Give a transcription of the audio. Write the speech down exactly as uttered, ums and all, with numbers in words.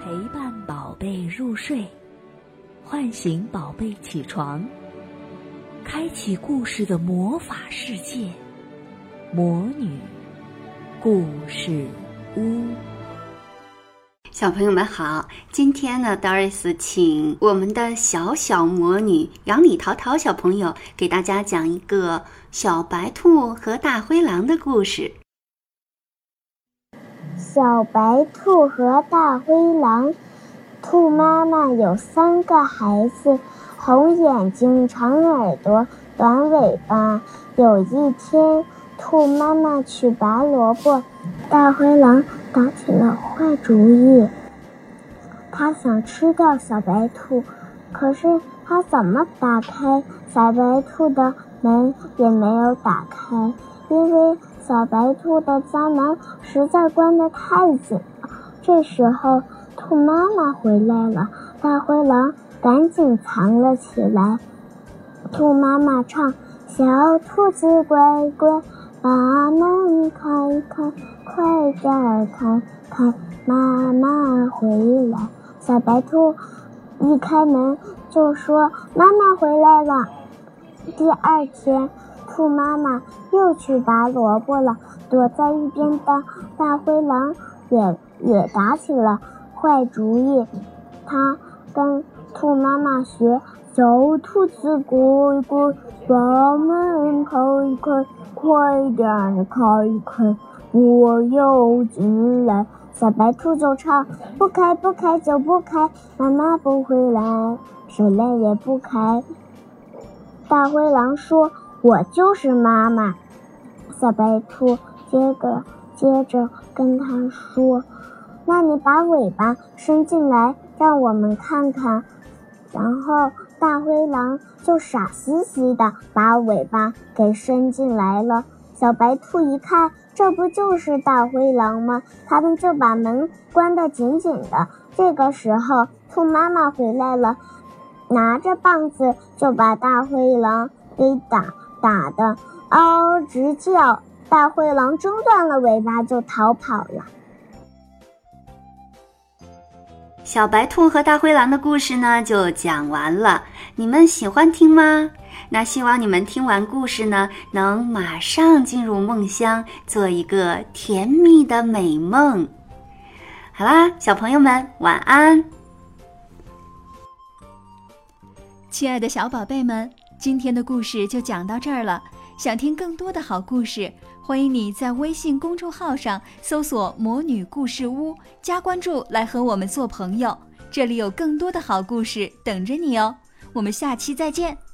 陪伴宝贝入睡，唤醒宝贝起床，开启故事的魔法世界——魔女故事屋。 小朋友们好，今天呢 Doris 请我们的小小魔女杨李桃桃小朋友给大家讲一个小白兔和大灰狼的故事。 小白兔和大灰狼。兔妈妈有三个孩子，红眼睛、长耳朵、短尾巴。有一天，兔妈妈去拔萝卜，大灰狼打起了坏主意。他想吃掉小白兔，可是他怎么打开小白兔的门也没有打开，因为小白兔的家门实在关得太紧了。这时候兔妈妈回来了，大灰狼赶紧藏了起来。兔妈妈唱：小兔子乖乖，把门开开，快点开开，妈妈回来。小白兔一开门就说：妈妈回来了。第二天，兔妈妈又去拔萝卜了，躲在一边的大灰狼也也打起了坏主意。他跟兔妈妈学：小兔子乖乖，把门开开，快点开开，我要进来。小白兔就唱：不开不开就不开，妈妈不回来，谁来也不开。大灰狼说：我就是妈妈。小白兔接着接着跟他说：那你把尾巴伸进来，让我们看看。然后大灰狼就傻兮兮的把尾巴给伸进来了。小白兔一看，这不就是大灰狼吗？他们就把门关得紧紧的。这个时候，兔妈妈回来了，拿着棒子就把大灰狼给打打得嗷直叫。大灰狼挣断了尾巴就逃跑了。 小白兔和大灰狼的故事呢就讲完了，你们喜欢听吗？那希望你们听完故事呢，能马上进入梦乡，做一个甜蜜的美梦。好啦，小朋友们晚安。 亲爱的小宝贝们，今天的故事就讲到这儿了。想听更多的好故事，欢迎你在微信公众号上搜索魔女故事屋，加关注来和我们做朋友，这里有更多的好故事等着你哦。我们下期再见。